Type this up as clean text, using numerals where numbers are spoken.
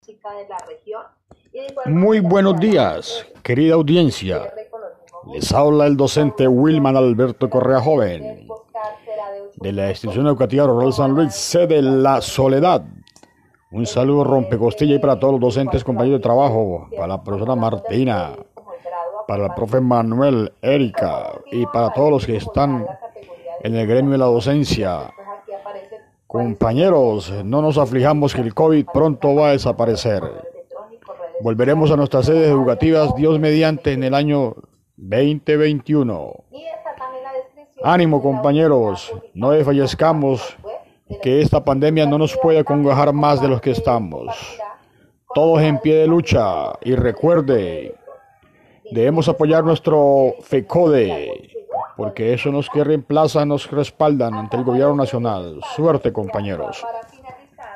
Muy buenos días, querida audiencia. Les habla el docente Wilman Alberto Correa Joven, de la Institución Educativa Rural San Luis, sede La Soledad. Un saludo rompecostilla y para todos los docentes, compañeros de trabajo, para la profesora Martina, para el profe Manuel, Erika y para todos los que están en el gremio de la docencia. Compañeros, no nos aflijamos que el COVID pronto va a desaparecer. Volveremos a nuestras sedes educativas, Dios mediante, en el año 2021. Ánimo, compañeros, no desfallezcamos, que esta pandemia no nos puede acongojar más de los que estamos. Todos en pie de lucha y recuerde, debemos apoyar nuestro FECODE, porque eso nos que reemplaza, nos respaldan ante el gobierno nacional. Suerte, compañeros.